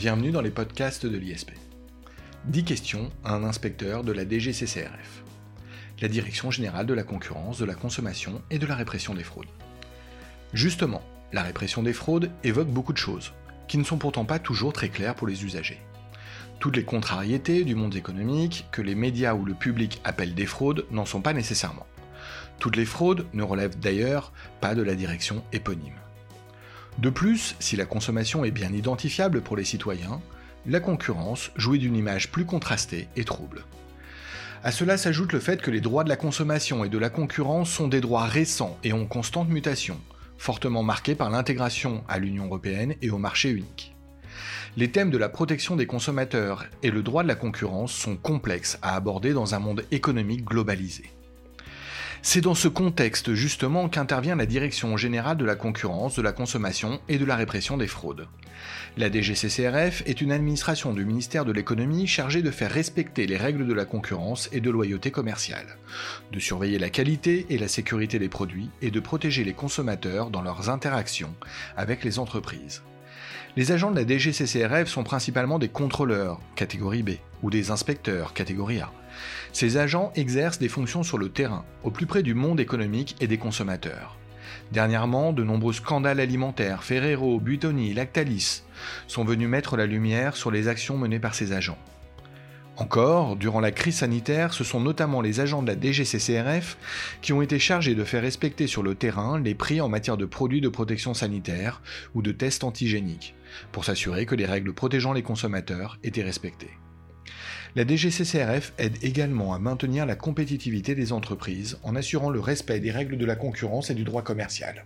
bienvenue dans les podcasts de l'ISP. 10 questions à un inspecteur de la DGCCRF, la Direction Générale de la Concurrence, de la Consommation et de la Répression des Fraudes. Justement, la répression des fraudes évoque beaucoup de choses, qui ne sont pourtant pas toujours très claires pour les usagers. Toutes les contrariétés du monde économique, que les médias ou le public appellent des fraudes, n'en sont pas nécessairement. Toutes les fraudes ne relèvent d'ailleurs pas de la direction éponyme. De plus, si la consommation est bien identifiable pour les citoyens, la concurrence jouit d'une image plus contrastée et trouble. À cela s'ajoute le fait que les droits de la consommation et de la concurrence sont des droits récents et en constante mutation, fortement marqués par l'intégration à l'Union européenne et au marché unique. Les thèmes de la protection des consommateurs et le droit de la concurrence sont complexes à aborder dans un monde économique globalisé. C'est dans ce contexte justement qu'intervient la Direction Générale de la Concurrence, de la Consommation et de la Répression des Fraudes. La DGCCRF est une administration du ministère de l'Économie chargée de faire respecter les règles de la concurrence et de loyauté commerciale, de surveiller la qualité et la sécurité des produits et de protéger les consommateurs dans leurs interactions avec les entreprises. Les agents de la DGCCRF sont principalement des contrôleurs, catégorie B, ou des inspecteurs, catégorie A. Ces agents exercent des fonctions sur le terrain, au plus près du monde économique et des consommateurs. Dernièrement, de nombreux scandales alimentaires, Ferrero, Buitoni, Lactalis, sont venus mettre la lumière sur les actions menées par ces agents. Encore, durant la crise sanitaire, ce sont notamment les agents de la DGCCRF qui ont été chargés de faire respecter sur le terrain les prix en matière de produits de protection sanitaire ou de tests antigéniques, pour s'assurer que les règles protégeant les consommateurs étaient respectées. La DGCCRF aide également à maintenir la compétitivité des entreprises en assurant le respect des règles de la concurrence et du droit commercial.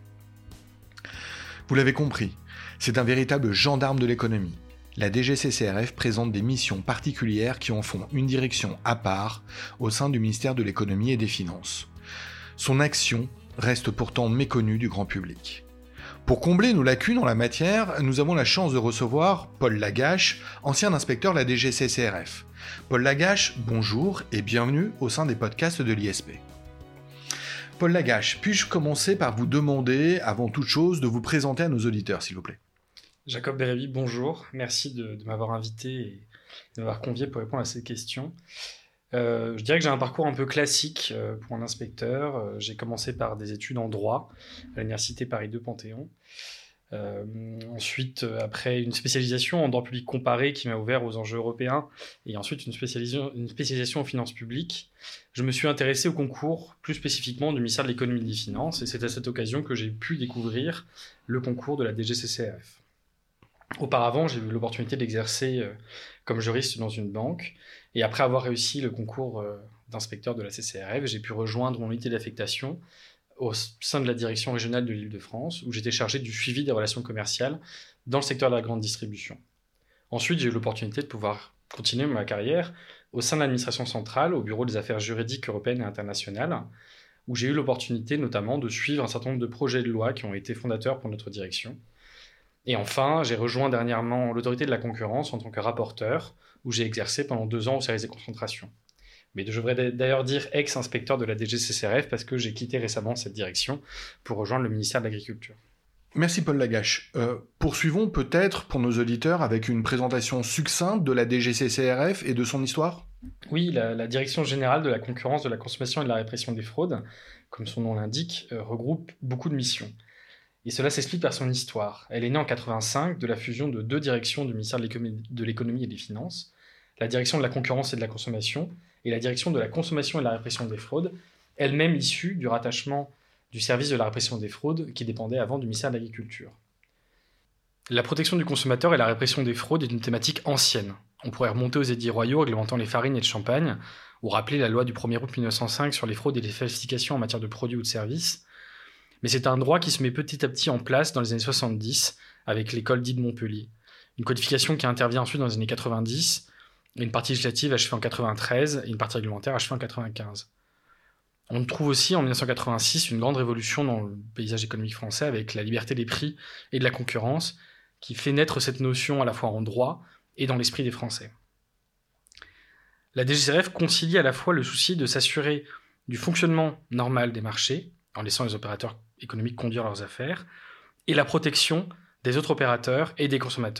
Vous l'avez compris, c'est un véritable gendarme de l'économie. La DGCCRF présente des missions particulières qui en font une direction à part au sein du ministère de l'Économie et des Finances. Son action reste pourtant méconnue du grand public. Pour combler nos lacunes en la matière, nous avons la chance de recevoir Paul Lagache, ancien inspecteur de la DGCCRF. Paul Lagache, bonjour et bienvenue au sein des podcasts de l'ISP. Paul Lagache, puis-je commencer par vous demander, avant toute chose, de vous présenter à nos auditeurs, s'il vous plaît ? Jacob Bérébi, bonjour. Merci de m'avoir invité et de m'avoir convié pour répondre à ces questions. Je dirais que j'ai un parcours un peu classique pour un inspecteur. J'ai commencé par des études en droit à l'Université Paris 2 Panthéon. Ensuite, après une spécialisation en droit public comparé qui m'a ouvert aux enjeux européens et ensuite une spécialisation en finances publiques, je me suis intéressé au concours, plus spécifiquement du ministère de l'Économie et des Finances, et c'est à cette occasion que j'ai pu découvrir le concours de la DGCCRF. Auparavant, j'ai eu l'opportunité d'exercer comme juriste dans une banque, et après avoir réussi le concours d'inspecteur de la CCRF, j'ai pu rejoindre mon unité d'affectation au sein de la direction régionale de l'Île-de-France, où j'étais chargé du suivi des relations commerciales dans le secteur de la grande distribution. Ensuite, j'ai eu l'opportunité de pouvoir continuer ma carrière au sein de l'administration centrale, au bureau des affaires juridiques européennes et internationales, où j'ai eu l'opportunité notamment de suivre un certain nombre de projets de loi qui ont été fondateurs pour notre direction. Et enfin, j'ai rejoint dernièrement l'autorité de la concurrence en tant que rapporteur, où j'ai exercé pendant 2 ans au service des concentrations. Mais je devrais d'ailleurs dire ex-inspecteur de la DGCCRF parce que j'ai quitté récemment cette direction pour rejoindre le ministère de l'Agriculture. Merci Paul Lagache. Poursuivons peut-être pour nos auditeurs avec une présentation succincte de la DGCCRF et de son histoire ? Oui, la Direction Générale de la Concurrence, de la Consommation et de la Répression des Fraudes, comme son nom l'indique, regroupe beaucoup de missions. Et cela s'explique par son histoire. Elle est née en 1985 de la fusion de 2 directions du ministère de l'Économie et des Finances, la Direction de la Concurrence et de la Consommation et la Direction de la Consommation et de la Répression des Fraudes, elle-même issue du rattachement du service de la répression des fraudes qui dépendait avant du ministère de l'Agriculture. La protection du consommateur et la répression des fraudes est une thématique ancienne. On pourrait remonter aux édits royaux réglementant les farines et le champagne, ou rappeler la loi du 1er août 1905 sur les fraudes et les falsifications en matière de produits ou de services. Mais c'est un droit qui se met petit à petit en place dans les années 70 avec l'école dite de Montpellier. Une codification qui intervient ensuite dans les années 90, et une partie législative achevée en 93 et une partie réglementaire achevée en 95. On trouve aussi en 1986 une grande révolution dans le paysage économique français avec la liberté des prix et de la concurrence qui fait naître cette notion à la fois en droit et dans l'esprit des Français. La DGCCRF concilie à la fois le souci de s'assurer du fonctionnement normal des marchés en laissant les opérateurs économiques conduire leurs affaires, et la protection des autres opérateurs et des consommateurs.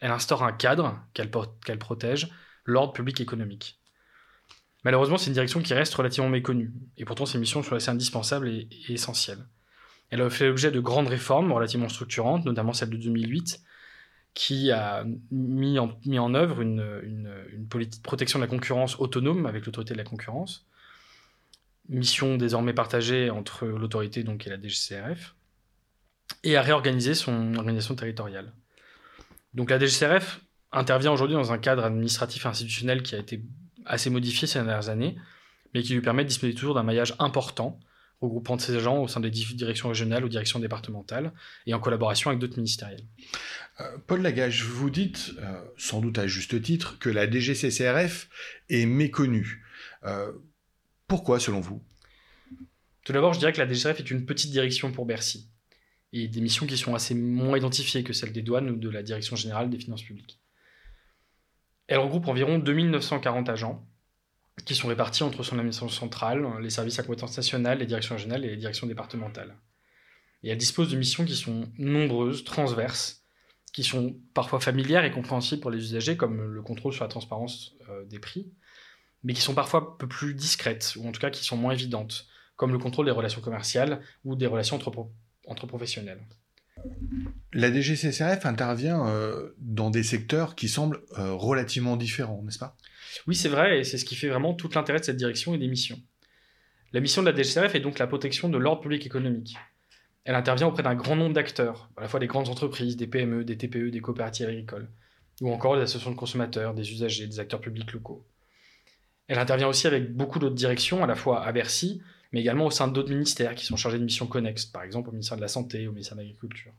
Elle instaure un cadre qu'elle protège, l'ordre public économique. Malheureusement, c'est une direction qui reste relativement méconnue, et pourtant ses missions sont assez indispensables et essentielles. Elle a fait l'objet de grandes réformes relativement structurantes, notamment celle de 2008, qui a mis en œuvre une politique de protection de la concurrence autonome avec l'autorité de la concurrence, mission désormais partagée entre l'autorité et la DGCCRF, et a réorganisé son organisation territoriale. Donc la DGCCRF intervient aujourd'hui dans un cadre administratif et institutionnel qui a été assez modifié ces dernières années, mais qui lui permet de disposer toujours d'un maillage important, regroupant ses agents au sein des directions régionales ou directions départementales, et en collaboration avec d'autres ministériels. Paul Lagage, vous dites, sans doute à juste titre, que la DGCCRF est méconnue. Pourquoi, selon vous ? Tout d'abord, je dirais que la DGCCRF est une petite direction pour Bercy, et des missions qui sont assez moins identifiées que celles des douanes ou de la Direction générale des finances publiques. Elle regroupe environ 2940 agents, qui sont répartis entre son administration centrale, les services à compétence nationale, les directions régionales et les directions départementales. Et elle dispose de missions qui sont nombreuses, transverses, qui sont parfois familières et compréhensibles pour les usagers, comme le contrôle sur la transparence des prix, mais qui sont parfois un peu plus discrètes, ou en tout cas qui sont moins évidentes, comme le contrôle des relations commerciales ou des relations entre professionnels. La DGCCRF intervient dans des secteurs qui semblent relativement différents, n'est-ce pas ? Oui, c'est vrai, et c'est ce qui fait vraiment tout l'intérêt de cette direction et des missions. La mission de la DGCCRF est donc la protection de l'ordre public économique. Elle intervient auprès d'un grand nombre d'acteurs, à la fois des grandes entreprises, des PME, des TPE, des coopératives agricoles, ou encore des associations de consommateurs, des usagers, des acteurs publics locaux. Elle intervient aussi avec beaucoup d'autres directions, à la fois à Bercy, mais également au sein d'autres ministères qui sont chargés de missions connexes, par exemple au ministère de la Santé, au ministère de l'Agriculture.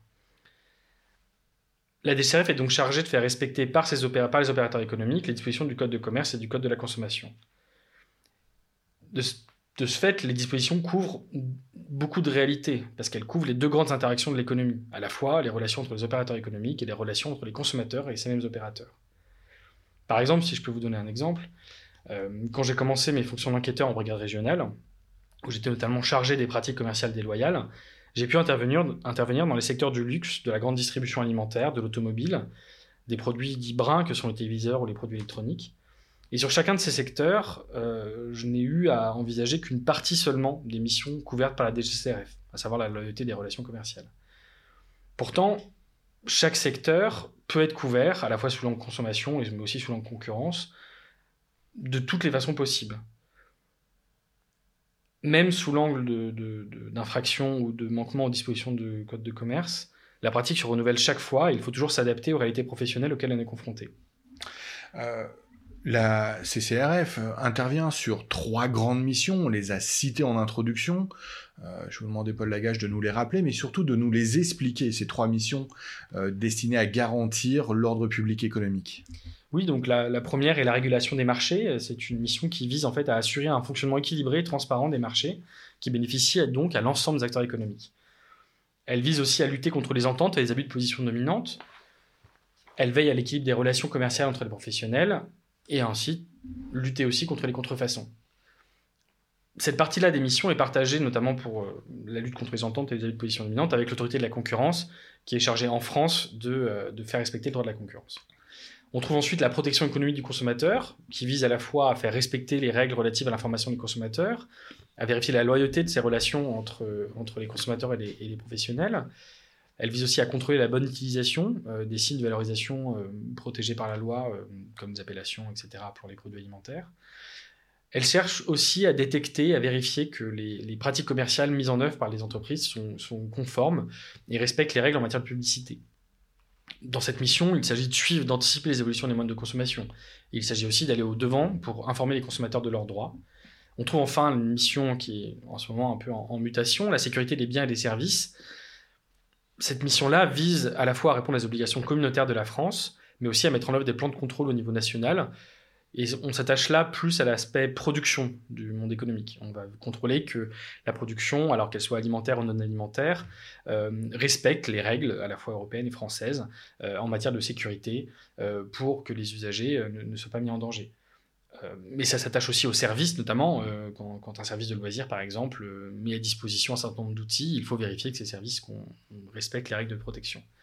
La DGCCRF est donc chargée de faire respecter par les opérateurs économiques les dispositions du Code de commerce et du Code de la consommation. De ce fait, les dispositions couvrent beaucoup de réalités, parce qu'elles couvrent les deux grandes interactions de l'économie, à la fois les relations entre les opérateurs économiques et les relations entre les consommateurs et ces mêmes opérateurs. Par exemple, si je peux vous donner un exemple, quand j'ai commencé mes fonctions d'enquêteur en brigade régionale, où j'étais notamment chargé des pratiques commerciales déloyales, j'ai pu intervenir dans les secteurs du luxe, de la grande distribution alimentaire, de l'automobile, des produits dits bruns que sont les téléviseurs ou les produits électroniques. Et sur chacun de ces secteurs, je n'ai eu à envisager qu'une partie seulement des missions couvertes par la DGCCRF, à savoir la loyauté des relations commerciales. Pourtant, chaque secteur peut être couvert, à la fois sous l'angle consommation, mais aussi sous l'angle concurrence, de toutes les façons possibles. Même sous l'angle d'infraction ou de manquement aux dispositions du Code de commerce, la pratique se renouvelle chaque fois et il faut toujours s'adapter aux réalités professionnelles auxquelles on est confronté. La CCRF intervient sur 3 grandes missions, on les a citées en introduction. Je vous demandais, Paul Lagage, de nous les rappeler, mais surtout de nous les expliquer, ces 3 missions destinées à garantir l'ordre public économique. Oui, donc la première est la régulation des marchés. C'est une mission qui vise en fait à assurer un fonctionnement équilibré et transparent des marchés, qui bénéficie donc à l'ensemble des acteurs économiques. Elle vise aussi à lutter contre les ententes et les abus de position dominante. Elle veille à l'équilibre des relations commerciales entre les professionnels et ainsi lutter aussi contre les contrefaçons. Cette partie-là des missions est partagée notamment pour la lutte contre les ententes et les abus de position dominante avec l'autorité de la concurrence qui est chargée en France de faire respecter le droit de la concurrence. On trouve ensuite la protection économique du consommateur, qui vise à la fois à faire respecter les règles relatives à l'information des consommateurs, à vérifier la loyauté de ces relations entre les consommateurs et les professionnels. Elle vise aussi à contrôler la bonne utilisation des signes de valorisation protégés par la loi, comme des appellations, etc., pour les produits alimentaires. Elle cherche aussi à détecter, à vérifier que les pratiques commerciales mises en œuvre par les entreprises sont conformes et respectent les règles en matière de publicité. Dans cette mission, il s'agit de suivre, d'anticiper les évolutions des modes de consommation. Et il s'agit aussi d'aller au-devant pour informer les consommateurs de leurs droits. On trouve enfin une mission qui est en ce moment un peu en mutation, la sécurité des biens et des services. Cette mission-là vise à la fois à répondre aux obligations communautaires de la France, mais aussi à mettre en œuvre des plans de contrôle au niveau national. Et on s'attache là plus à l'aspect production du monde économique. On va contrôler que la production, alors qu'elle soit alimentaire ou non alimentaire, respecte les règles à la fois européennes et françaises en matière de sécurité pour que les usagers ne soient pas mis en danger. Mais ça s'attache aussi aux services, notamment quand un service de loisirs, par exemple, met à disposition un certain nombre d'outils, il faut vérifier que ces services respectent les règles de protection.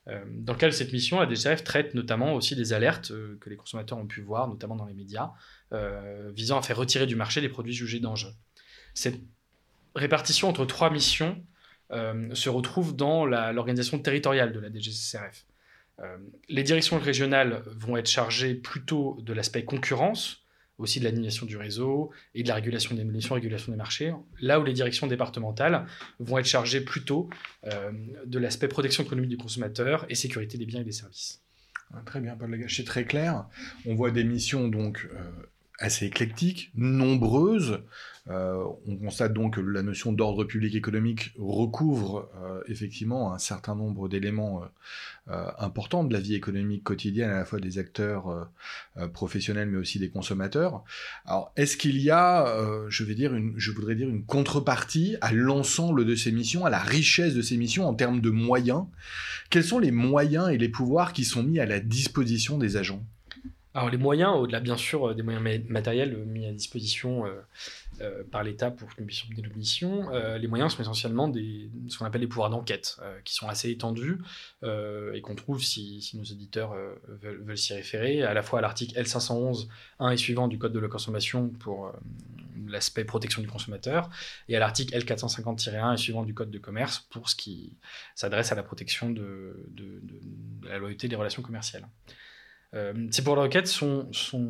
Dans le cadre de cette mission, la DGCCRF traite notamment aussi des alertes que les consommateurs ont pu voir, notamment dans les médias, visant à faire retirer du marché des produits jugés dangereux. Cette répartition entre 3 missions se retrouve dans l'organisation territoriale de la DGCCRF. Les directions régionales vont être chargées plutôt de l'aspect concurrence, aussi de l'animation du réseau et de la régulation des marchés, là où les directions départementales vont être chargées plutôt de l'aspect protection économique du consommateur et sécurité des biens et des services. Très bien, Paul Lagache, c'est très clair. On voit des missions donc assez éclectiques, nombreuses. On constate donc que la notion d'ordre public économique recouvre effectivement un certain nombre d'éléments importants de la vie économique quotidienne, à la fois des acteurs professionnels mais aussi des consommateurs. Alors, est-ce qu'il y a, je voudrais dire, une contrepartie à l'ensemble de ces missions, à la richesse de ces missions en termes de moyens? Quels sont les moyens et les pouvoirs qui sont mis à la disposition des agents? Alors les moyens, au-delà bien sûr des moyens matériels mis à disposition par l'État pour nos missions, les moyens sont essentiellement ce qu'on appelle les pouvoirs d'enquête, qui sont assez étendus et qu'on trouve, si nos auditeurs veulent s'y référer, à la fois à l'article L511 1 et suivant du Code de la consommation pour l'aspect protection du consommateur, et à l'article L450-1 et suivant du Code de commerce pour ce qui s'adresse à la protection de la loyauté des relations commerciales. Ces pouvoirs d'enquête sont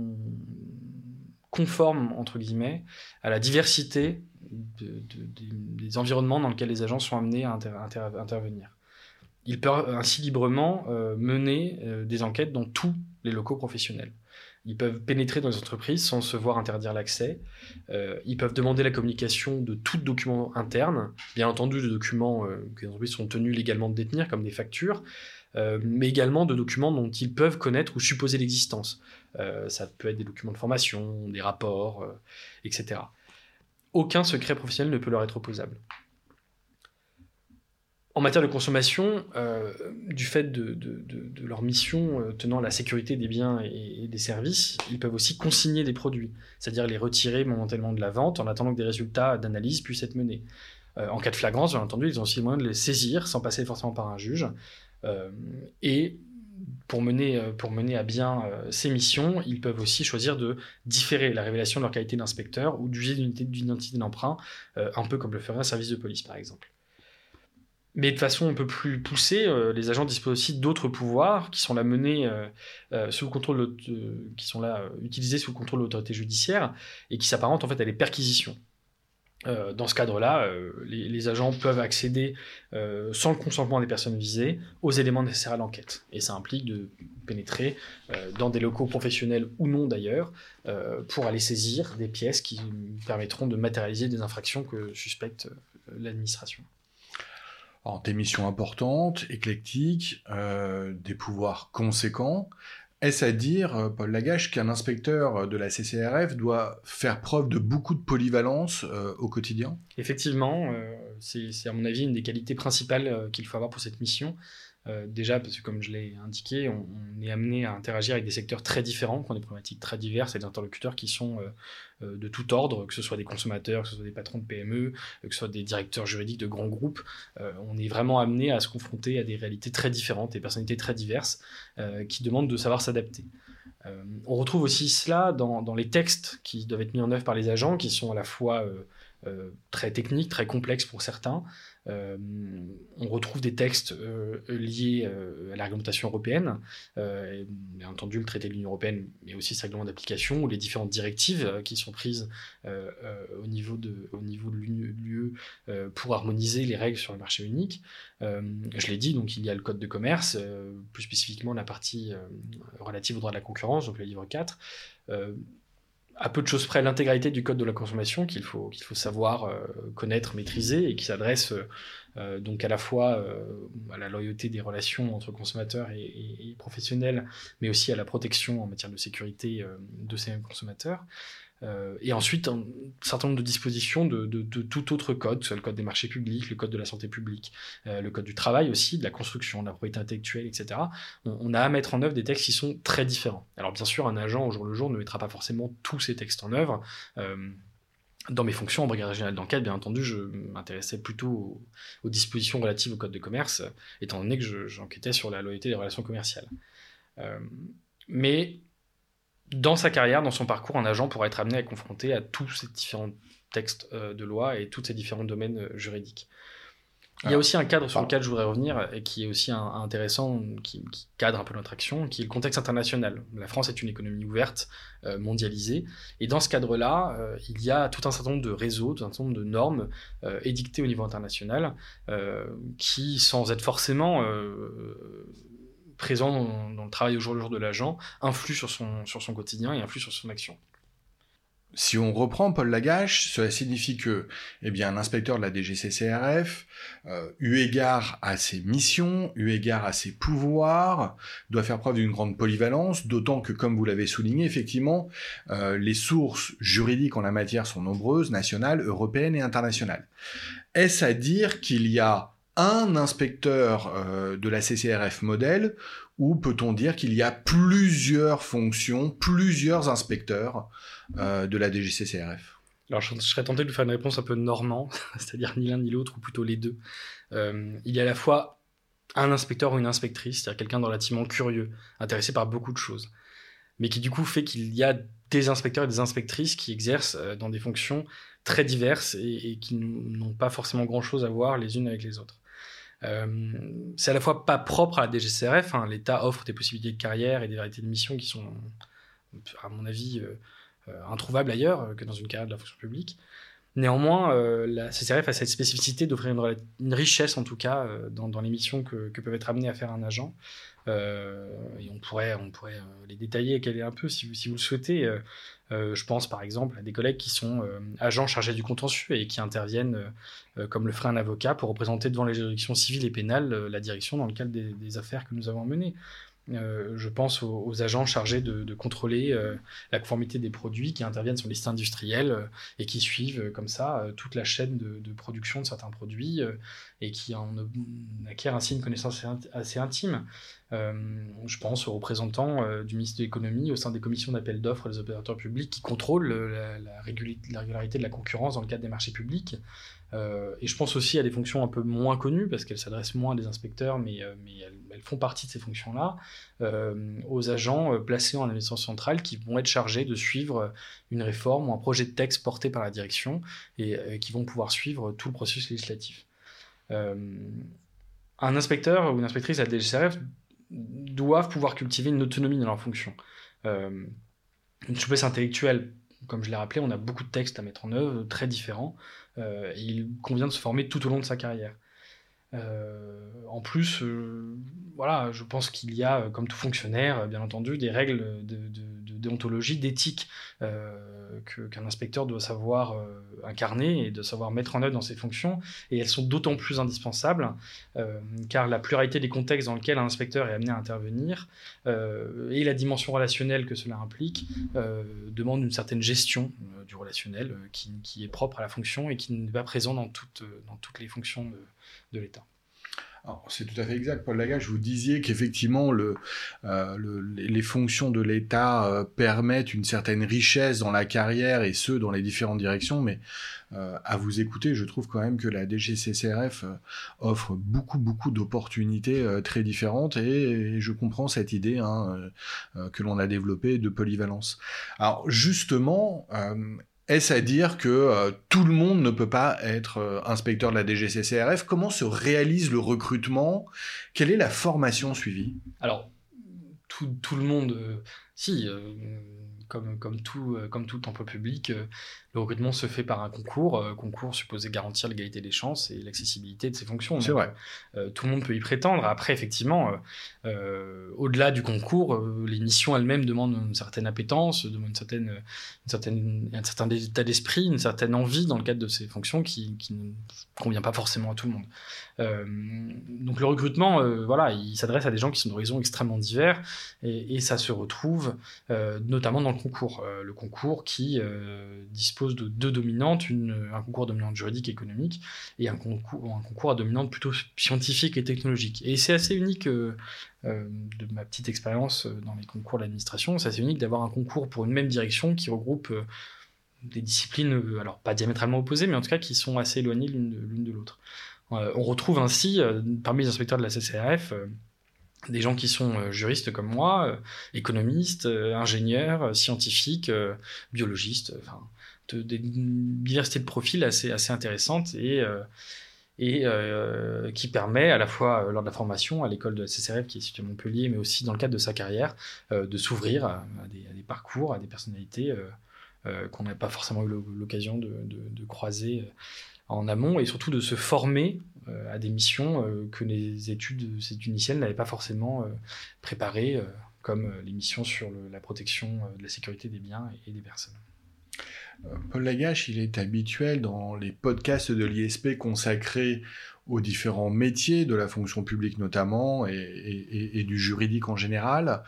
conformes, entre guillemets, à la diversité des environnements dans lesquels les agents sont amenés à intervenir. Ils peuvent ainsi librement mener des enquêtes dans tous les locaux professionnels. Ils peuvent pénétrer dans les entreprises sans se voir interdire l'accès. Ils peuvent demander la communication de tout document interne, bien entendu de documents que les entreprises sont tenues légalement de détenir, comme des factures, mais également de documents dont ils peuvent connaître ou supposer l'existence. Ça peut être des documents de formation, des rapports, etc. Aucun secret professionnel ne peut leur être opposable. En matière de consommation, du fait de leur mission tenant à la sécurité des biens et des services, ils peuvent aussi consigner des produits, c'est-à-dire les retirer momentanément de la vente en attendant que des résultats d'analyse puissent être menés. En cas de flagrance, bien entendu, ils ont aussi le moyen de les saisir sans passer forcément par un juge. Et pour mener à bien ces missions, ils peuvent aussi choisir de différer la révélation de leur qualité d'inspecteur ou d'user d'une identité d'emprunt, un peu comme le ferait un service de police, par exemple. Mais de façon un peu plus poussée, les agents disposent aussi d'autres pouvoirs qui sont là menés sous le contrôle utilisés sous le contrôle de l'autorité judiciaire et qui s'apparentent en fait à des perquisitions. Dans ce cadre-là, les agents peuvent accéder sans le consentement des personnes visées aux éléments nécessaires à l'enquête. Et ça implique de pénétrer dans des locaux professionnels ou non d'ailleurs pour aller saisir des pièces qui permettront de matérialiser des infractions que suspecte l'administration. Alors, des missions importantes, éclectiques, des pouvoirs conséquents. Est-ce à dire, Paul Lagache, qu'un inspecteur de la CCRF doit faire preuve de beaucoup de polyvalence au quotidien ? Effectivement, c'est à mon avis une des qualités principales qu'il faut avoir pour cette mission. Déjà, parce que comme je l'ai indiqué, on est amené à interagir avec des secteurs très différents, qui ont des problématiques très diverses et des interlocuteurs qui sont de tout ordre, que ce soit des consommateurs, que ce soit des patrons de PME, que ce soit des directeurs juridiques de grands groupes. On est vraiment amené à se confronter à des réalités très différentes, des personnalités très diverses qui demandent de savoir s'adapter. On retrouve aussi cela dans les textes qui doivent être mis en œuvre par les agents, qui sont à la fois très techniques, très complexes pour certains. On retrouve des textes liés à la réglementation européenne, bien entendu le traité de l'Union européenne, mais aussi ses règlements d'application ou les différentes directives qui sont prises au niveau de l'UE pour harmoniser les règles sur le marché unique. Je l'ai dit, donc il y a le code de commerce, plus spécifiquement la partie relative au droit de la concurrence, donc le livre 4. À peu de choses près, l'intégralité du code de la consommation qu'il faut savoir connaître, maîtriser, et qui s'adresse donc à la fois à la loyauté des relations entre consommateurs et professionnels, mais aussi à la protection en matière de sécurité de ces mêmes consommateurs. Et ensuite, un certain nombre de dispositions de tout autre code, que ce soit le code des marchés publics, le code de la santé publique, le code du travail aussi, de la construction, de la propriété intellectuelle, etc. On a à mettre en œuvre des textes qui sont très différents. Alors bien sûr, un agent au jour le jour ne mettra pas forcément tous ces textes en œuvre. Dans mes fonctions en brigade régionale d'enquête, bien entendu, je m'intéressais plutôt aux dispositions relatives au code de commerce, étant donné que j'enquêtais sur la loyauté des relations commerciales. Mais dans sa carrière, dans son parcours, un agent pourra être amené à être confronté à tous ces différents textes de loi et tous ces différents domaines juridiques. Il y a aussi un cadre sur lequel je voudrais revenir et qui est aussi intéressant, qui cadre un peu notre action, qui est le contexte international. La France est une économie ouverte, mondialisée, et dans ce cadre-là, il y a tout un certain nombre de réseaux, tout un certain nombre de normes édictées au niveau international qui, sans être forcément présents dans le travail au jour le jour de l'agent, influent sur son quotidien et influent sur son action. Si on reprend Paul Lagache, cela signifie que, un inspecteur de la DGCCRF, eu égard à ses missions, eu égard à ses pouvoirs, doit faire preuve d'une grande polyvalence, d'autant que, comme vous l'avez souligné, effectivement, les sources juridiques en la matière sont nombreuses, nationales, européennes et internationales. Est-ce à dire qu'il y a un inspecteur de la CCRF modèle, ou peut-on dire qu'il y a plusieurs fonctions, plusieurs inspecteurs de la DGCCRF? Alors, je serais tenté de vous faire une réponse un peu normand, c'est-à-dire ni l'un ni l'autre, ou plutôt les deux. Il y a à la fois un inspecteur ou une inspectrice, c'est-à-dire quelqu'un de relativement curieux, intéressé par beaucoup de choses, mais qui du coup fait qu'il y a des inspecteurs et des inspectrices qui exercent dans des fonctions très diverses et qui n'ont pas forcément grand-chose à voir les unes avec les autres. C'est à la fois pas propre à la DGCCRF, l'État offre des possibilités de carrière et des variétés de missions qui sont, à mon avis, introuvables ailleurs que dans une carrière de la fonction publique. Néanmoins, la CCRF a cette spécificité d'offrir une richesse, en tout cas, dans les missions que peuvent être amenés à faire un agent. Et on pourrait les détailler et caler un peu si vous le souhaitez. Je pense par exemple à des collègues qui sont agents chargés du contentieux et qui interviennent comme le ferait un avocat pour représenter devant les juridictions civiles et pénales la direction dans le cadre des affaires que nous avons menées. Je pense aux agents chargés de contrôler la conformité des produits qui interviennent sur les sites industriels et qui suivent comme ça toute la chaîne de production de certains produits et qui en acquièrent ainsi une connaissance assez intime. Je pense aux représentants du ministère de l'économie au sein des commissions d'appel d'offres des opérateurs publics qui contrôlent la régularité de la concurrence dans le cadre des marchés publics. Et je pense aussi à des fonctions un peu moins connues, parce qu'elles s'adressent moins à des inspecteurs, mais elles font partie de ces fonctions-là, aux agents placés en administration centrale qui vont être chargés de suivre une réforme ou un projet de texte porté par la direction et qui vont pouvoir suivre tout le processus législatif. Un inspecteur ou une inspectrice à la DGCCRF doivent pouvoir cultiver une autonomie dans leur fonction. Une souplesse intellectuelle, comme je l'ai rappelé, on a beaucoup de textes à mettre en œuvre, très différents, et il convient de se former tout au long de sa carrière. En plus, je pense qu'il y a, comme tout fonctionnaire, bien entendu, des règles de déontologie, d'éthique qu'un inspecteur doit savoir incarner et de savoir mettre en œuvre dans ses fonctions, et elles sont d'autant plus indispensables car la pluralité des contextes dans lesquels un inspecteur est amené à intervenir et la dimension relationnelle que cela implique demande une certaine gestion du relationnel qui est propre à la fonction et qui n'est pas présent dans toutes les fonctions de l'État. Alors, c'est tout à fait exact, Paul Lagache. Vous disiez qu'effectivement, les fonctions de l'État permettent une certaine richesse dans la carrière, et ce, dans les différentes directions, mais à vous écouter, je trouve quand même que la DGCCRF offre beaucoup d'opportunités très différentes, et je comprends cette idée que l'on a développée de polyvalence. Alors, justement... est-ce à dire que tout le monde ne peut pas être inspecteur de la DGCCRF? Comment se réalise le recrutement? Quelle est la formation suivie? Alors, tout le monde, comme tout emploi public, le recrutement se fait par un concours. Concours supposé garantir l'égalité des chances et l'accessibilité de ses fonctions. C'est vrai. Tout le monde peut y prétendre. Après, effectivement, au-delà du concours, les missions elles-mêmes demandent une certaine appétence, demandent un certain état d'esprit, une certaine envie dans le cadre de ces fonctions qui ne convient pas forcément à tout le monde. Donc le recrutement, il s'adresse à des gens qui sont d'horizons extrêmement divers et ça se retrouve notamment dans le concours. Le concours qui dispose de deux dominantes, un concours à dominante juridique et économique et un concours à dominante plutôt scientifique et technologique. Et c'est assez unique, de ma petite expérience dans les concours d'administration, c'est assez unique d'avoir un concours pour une même direction qui regroupe des disciplines, alors pas diamétralement opposées, mais en tout cas qui sont assez éloignées l'une de l'autre. On retrouve ainsi, parmi les inspecteurs de la CCRF, des gens qui sont juristes comme moi, économistes, ingénieurs, scientifiques, biologistes, une diversité de profils assez intéressante et qui permet à la fois lors de la formation à l'école de la CCRF qui est située à Montpellier, mais aussi dans le cadre de sa carrière, de s'ouvrir à des parcours, à des personnalités qu'on n'a pas forcément eu l'occasion de croiser en amont, et surtout de se former à des missions que les études initiales n'avaient pas forcément préparées, comme les missions sur la protection de la sécurité des biens et des personnes. Paul Lagache, il est habituel dans les podcasts de l'ISP consacrés aux différents métiers de la fonction publique notamment et du juridique en général.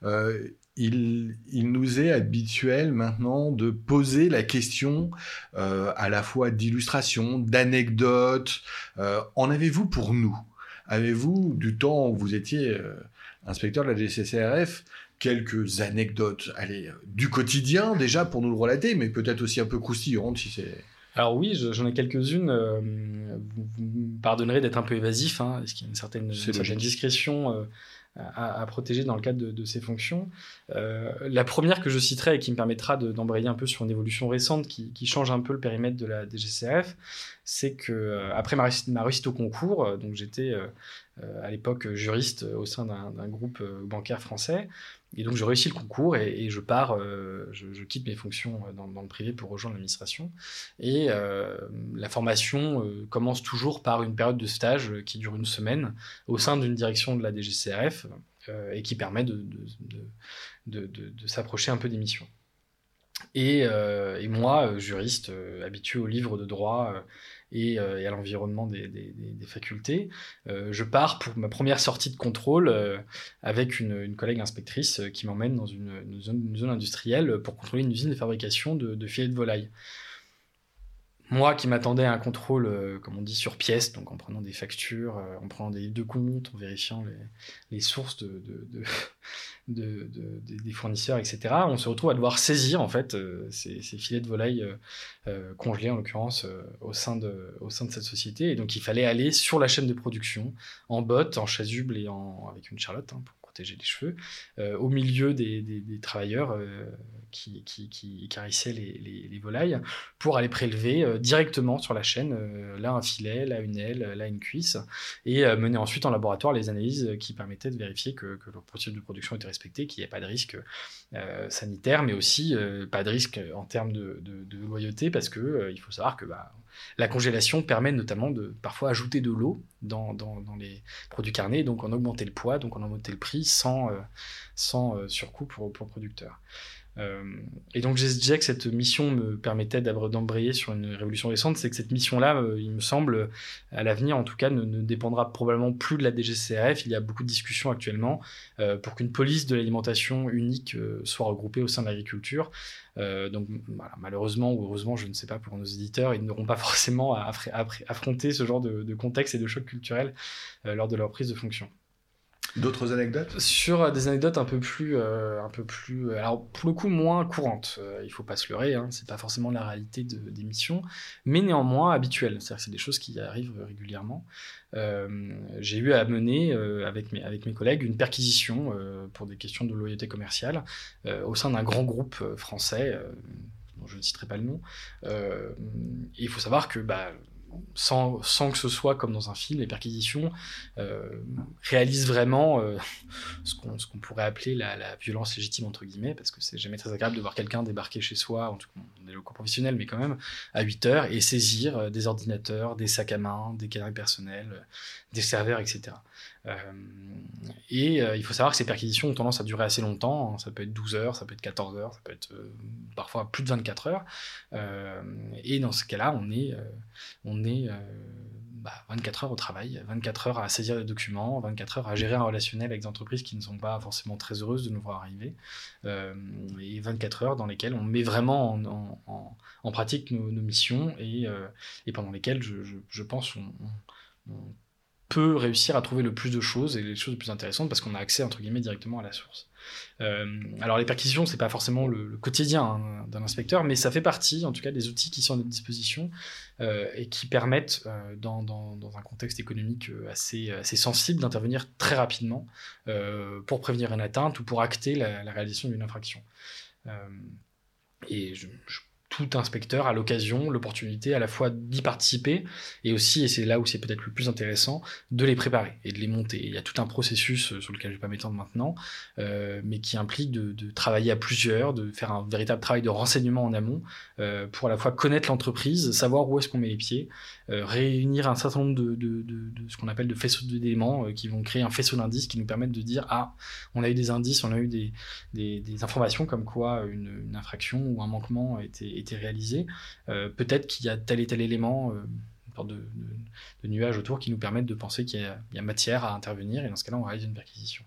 Il nous est habituel maintenant de poser la question à la fois d'illustration, d'anecdotes. En avez-vous pour nous? Avez-vous, du temps où vous étiez inspecteur de la DGCCRF, quelques anecdotes, du quotidien déjà pour nous le relater, mais peut-être aussi un peu croustillantes si c'est... Alors oui, j'en ai quelques-unes. Vous me pardonnerez d'être un peu évasif, parce qu'il y a une certaine discrétion à protéger dans le cadre de ces fonctions. La première que je citerai et qui me permettra d'embrayer un peu sur une évolution récente qui change un peu le périmètre de la DGCRF, c'est que après ma réussite au concours, donc j'étais à l'époque juriste au sein d'un groupe bancaire français, et donc je réussis le concours et je pars, je quitte mes fonctions dans le privé pour rejoindre l'administration. Et la formation commence toujours par une période de stage qui dure une semaine au sein d'une direction de la DGCRF et qui permet de s'approcher un peu des missions. Et moi, juriste, habitué aux livres de droit et à l'environnement des facultés, je pars pour ma première sortie de contrôle avec une collègue inspectrice qui m'emmène dans une zone industrielle pour contrôler une usine de fabrication de filets de volaille. Moi qui m'attendais à un contrôle, comme on dit, sur pièce, donc en prenant des factures, en prenant des livres de compte, en vérifiant les sources des fournisseurs, etc., on se retrouve à devoir saisir en fait ces filets de volaille congelés, en l'occurrence, au sein de cette société. Et donc il fallait aller sur la chaîne de production, en bottes, en chasuble et avec une charlotte pour protéger les cheveux, au milieu des travailleurs qui caressaient les volailles, pour aller prélever directement sur la chaîne, là un filet, là une aile, là une cuisse, et mener ensuite en laboratoire les analyses qui permettaient de vérifier que le processus de production était respecté, qu'il n'y ait pas de risque sanitaire, mais aussi pas de risque en termes de loyauté, parce que il faut savoir que la congélation permet notamment de parfois ajouter de l'eau dans les produits carnés, donc en augmenter le poids, donc en augmenter le prix sans surcoût pour le producteur. Et donc je disais que cette mission me permettait d'embrayer sur une révolution récente, c'est que cette mission-là, il me semble, à l'avenir en tout cas, ne dépendra probablement plus de la DGCCRF. Il y a beaucoup de discussions actuellement pour qu'une police de l'alimentation unique soit regroupée au sein de l'agriculture. Donc voilà, malheureusement ou heureusement, je ne sais pas pour nos éditeurs, ils n'auront pas forcément à affronter ce genre de contexte et de choc culturel lors de leur prise de fonction. D'autres anecdotes ? Sur des anecdotes un peu plus, alors pour le coup moins courantes, il faut pas se leurrer, c'est pas forcément la réalité des missions, mais néanmoins habituelles, c'est-à-dire que c'est des choses qui arrivent régulièrement. J'ai eu à mener avec mes collègues une perquisition pour des questions de loyauté commerciale au sein d'un grand groupe français, dont je ne citerai pas le nom. Et il faut savoir que sans que ce soit comme dans un film, les perquisitions réalisent vraiment ce qu'on pourrait appeler la violence légitime entre guillemets, parce que c'est jamais très agréable de voir quelqu'un débarquer chez soi, en tout cas dans des locaux professionnels, mais quand même à 8 heures, et saisir des ordinateurs, des sacs à main, des canaries personnels, des serveurs, etc. Il faut savoir que ces perquisitions ont tendance à durer assez longtemps, ça peut être 12 heures, ça peut être 14 heures, ça peut être parfois plus de 24 heures, et dans ce cas-là on est 24 heures au travail, 24 heures à saisir des documents, 24 heures à gérer un relationnel avec des entreprises qui ne sont pas forcément très heureuses de nous voir arriver, et 24 heures dans lesquelles on met vraiment en pratique nos missions, et pendant lesquelles je pense on peut réussir à trouver le plus de choses et les choses les plus intéressantes parce qu'on a accès entre guillemets directement à la source. Alors les perquisitions, c'est pas forcément le quotidien d'un inspecteur, mais ça fait partie en tout cas des outils qui sont à notre disposition et qui permettent dans un contexte économique assez sensible d'intervenir très rapidement pour prévenir une atteinte ou pour acter la réalisation d'une infraction. Et tout inspecteur a l'opportunité à la fois d'y participer et aussi, et c'est là où c'est peut-être le plus intéressant, de les préparer et de les monter. Et il y a tout un processus sur lequel je ne vais pas m'étendre maintenant, mais qui implique de travailler à plusieurs, de faire un véritable travail de renseignement en amont pour à la fois connaître l'entreprise, savoir où est-ce qu'on met les pieds, réunir un certain nombre de ce qu'on appelle de faisceaux d'éléments qui vont créer un faisceau d'indices qui nous permettent de dire « Ah, on a eu des indices, on a eu des informations comme quoi une infraction ou un manquement était réalisé, peut-être qu'il y a tel et tel élément, une sorte de nuage autour qui nous permettent de penser qu'il y a matière à intervenir, et dans ce cas-là, on réalise une perquisition.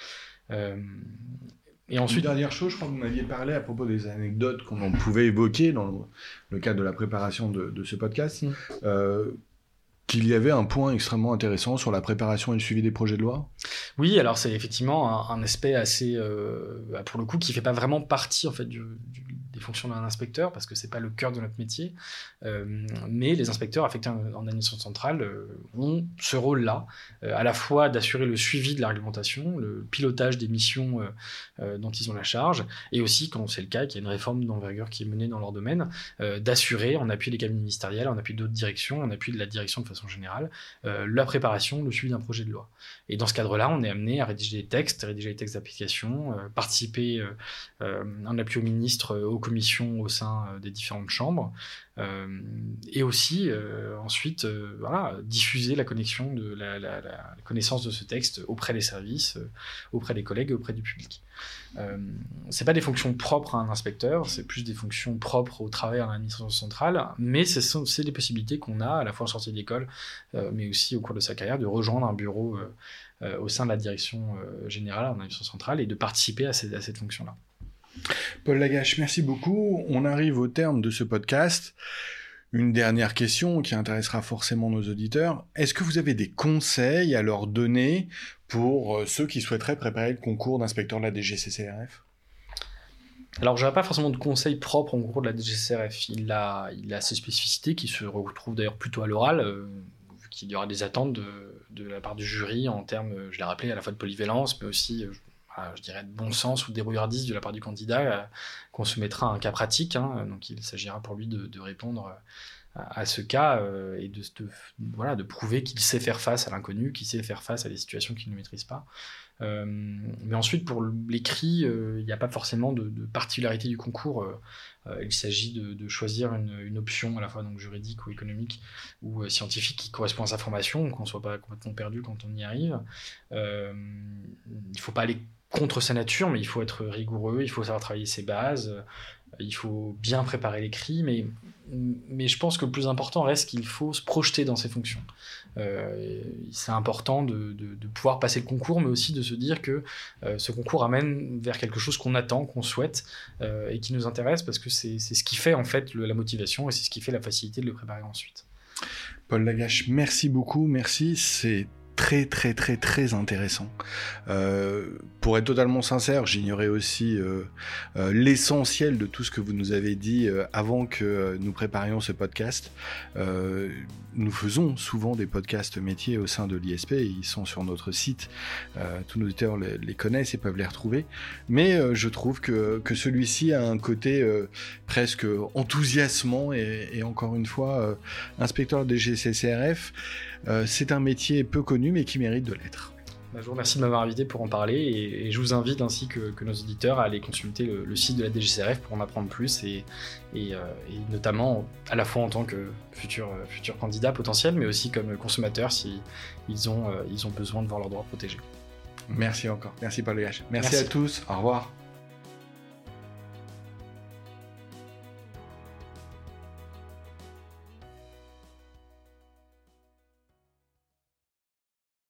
Et ensuite, une dernière chose, je crois que vous m'aviez parlé à propos des anecdotes qu'on pouvait évoquer dans le cadre de la préparation de ce podcast, qu'il y avait un point extrêmement intéressant sur la préparation et le suivi des projets de loi. Oui, alors c'est effectivement un aspect assez, pour le coup, qui ne fait pas vraiment partie en fait, des fonctions d'un inspecteur, parce que ce n'est pas le cœur de notre métier, mais les inspecteurs affectés en administration centrale ont ce rôle-là, à la fois d'assurer le suivi de la réglementation, le pilotage des missions dont ils ont la charge, et aussi, quand c'est le cas, qu'il y a une réforme d'envergure qui est menée dans leur domaine, d'assurer, en appui des cabinets ministériels, en appui d'autres directions, en appui de la direction de façon générale, la préparation, le suivi d'un projet de loi. Et dans ce cadre-là, on est amené à rédiger des textes d'application, participer en appui au ministre, aux commissions au sein des différentes chambres, et aussi ensuite diffuser la connexion de la connaissance de ce texte auprès des services, auprès des collègues et auprès du public. C'est pas des fonctions propres à un inspecteur, c'est plus des fonctions propres au travail en administration centrale, mais c'est des possibilités qu'on a à la fois en sortie d'école, mais aussi au cours de sa carrière, de rejoindre un bureau au sein de la direction générale en administration centrale et de participer à cette fonction-là. Paul Lagache, merci beaucoup. On arrive au terme de ce podcast. Une dernière question qui intéressera forcément nos auditeurs. Est-ce que vous avez des conseils à leur donner pour ceux qui souhaiteraient préparer le concours d'inspecteur de la DGCCRF ? Alors, je n'aurais pas forcément de conseils propres au concours de la DGCCRF. Il a ses spécificités qui se retrouvent d'ailleurs plutôt à l'oral, vu qu'il y aura des attentes de la part du jury en termes, je l'ai rappelé, à la fois de polyvalence, mais aussi je dirais de bon sens ou de débrouillardise de la part du candidat, qu'on soumettra à un cas pratique, donc il s'agira pour lui de répondre à ce cas et de prouver qu'il sait faire face à l'inconnu, qu'il sait faire face à des situations qu'il ne maîtrise pas. Mais ensuite, pour l'écrit, il n'y a pas forcément de particularité du concours. Il s'agit de choisir une option à la fois donc juridique ou économique ou scientifique qui correspond à sa formation, qu'on ne soit pas complètement perdu quand on y arrive. Il ne faut pas aller contre sa nature, mais il faut être rigoureux, il faut savoir travailler ses bases, il faut bien préparer l'écrit, mais je pense que le plus important reste qu'il faut se projeter dans ses fonctions. C'est important de pouvoir passer le concours, mais aussi de se dire que ce concours amène vers quelque chose qu'on attend, qu'on souhaite, et qui nous intéresse, parce que c'est ce qui fait en fait la motivation, et c'est ce qui fait la facilité de le préparer ensuite. Paul Lagache, merci beaucoup, merci, c'est très très très très intéressant. Pour être totalement sincère, j'ignorais aussi l'essentiel de tout ce que vous nous avez dit avant que nous préparions ce podcast. Nous faisons souvent des podcasts métiers au sein de l'ISP, ils sont sur notre site, tous nos auditeurs les connaissent et peuvent les retrouver, mais je trouve que celui-ci a un côté presque enthousiasmant et encore une fois, inspecteur des DGCCRF, c'est un métier peu connu mais qui mérite de l'être. Je vous remercie de m'avoir invité pour en parler et je vous invite ainsi que nos auditeurs à aller consulter le site de la DGCCRF pour en apprendre plus et notamment à la fois en tant que futur candidat potentiel mais aussi comme consommateur si ils ont besoin de voir leurs droits protégés. Merci encore, merci Paul Lagache. Merci à tous, au revoir.